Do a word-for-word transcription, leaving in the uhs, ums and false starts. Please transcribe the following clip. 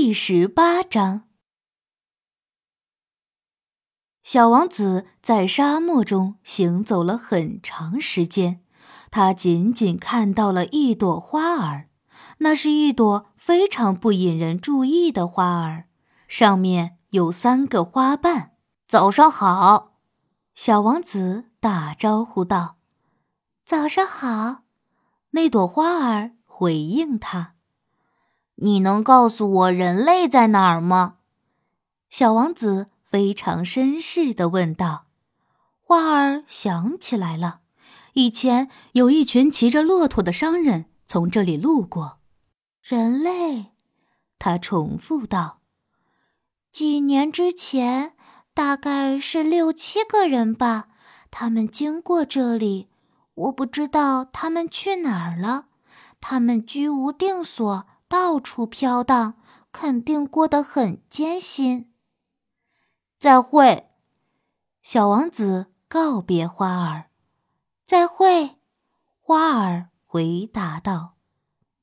第十八章，小王子在沙漠中行走了很长时间，他仅仅看到了一朵花儿，那是一朵非常不引人注意的花儿，上面有三个花瓣。早上好，小王子打招呼道。早上好，那朵花儿回应他。你能告诉我人类在哪儿吗？小王子非常绅士地问道。花儿想起来了，以前有一群骑着骆驼的商人从这里路过。人类，他重复道。几年之前，大概是六七个人吧，他们经过这里，我不知道他们去哪儿了。他们居无定所，到处飘荡，肯定过得很艰辛。再会，小王子告别花儿。再会，花儿回答道。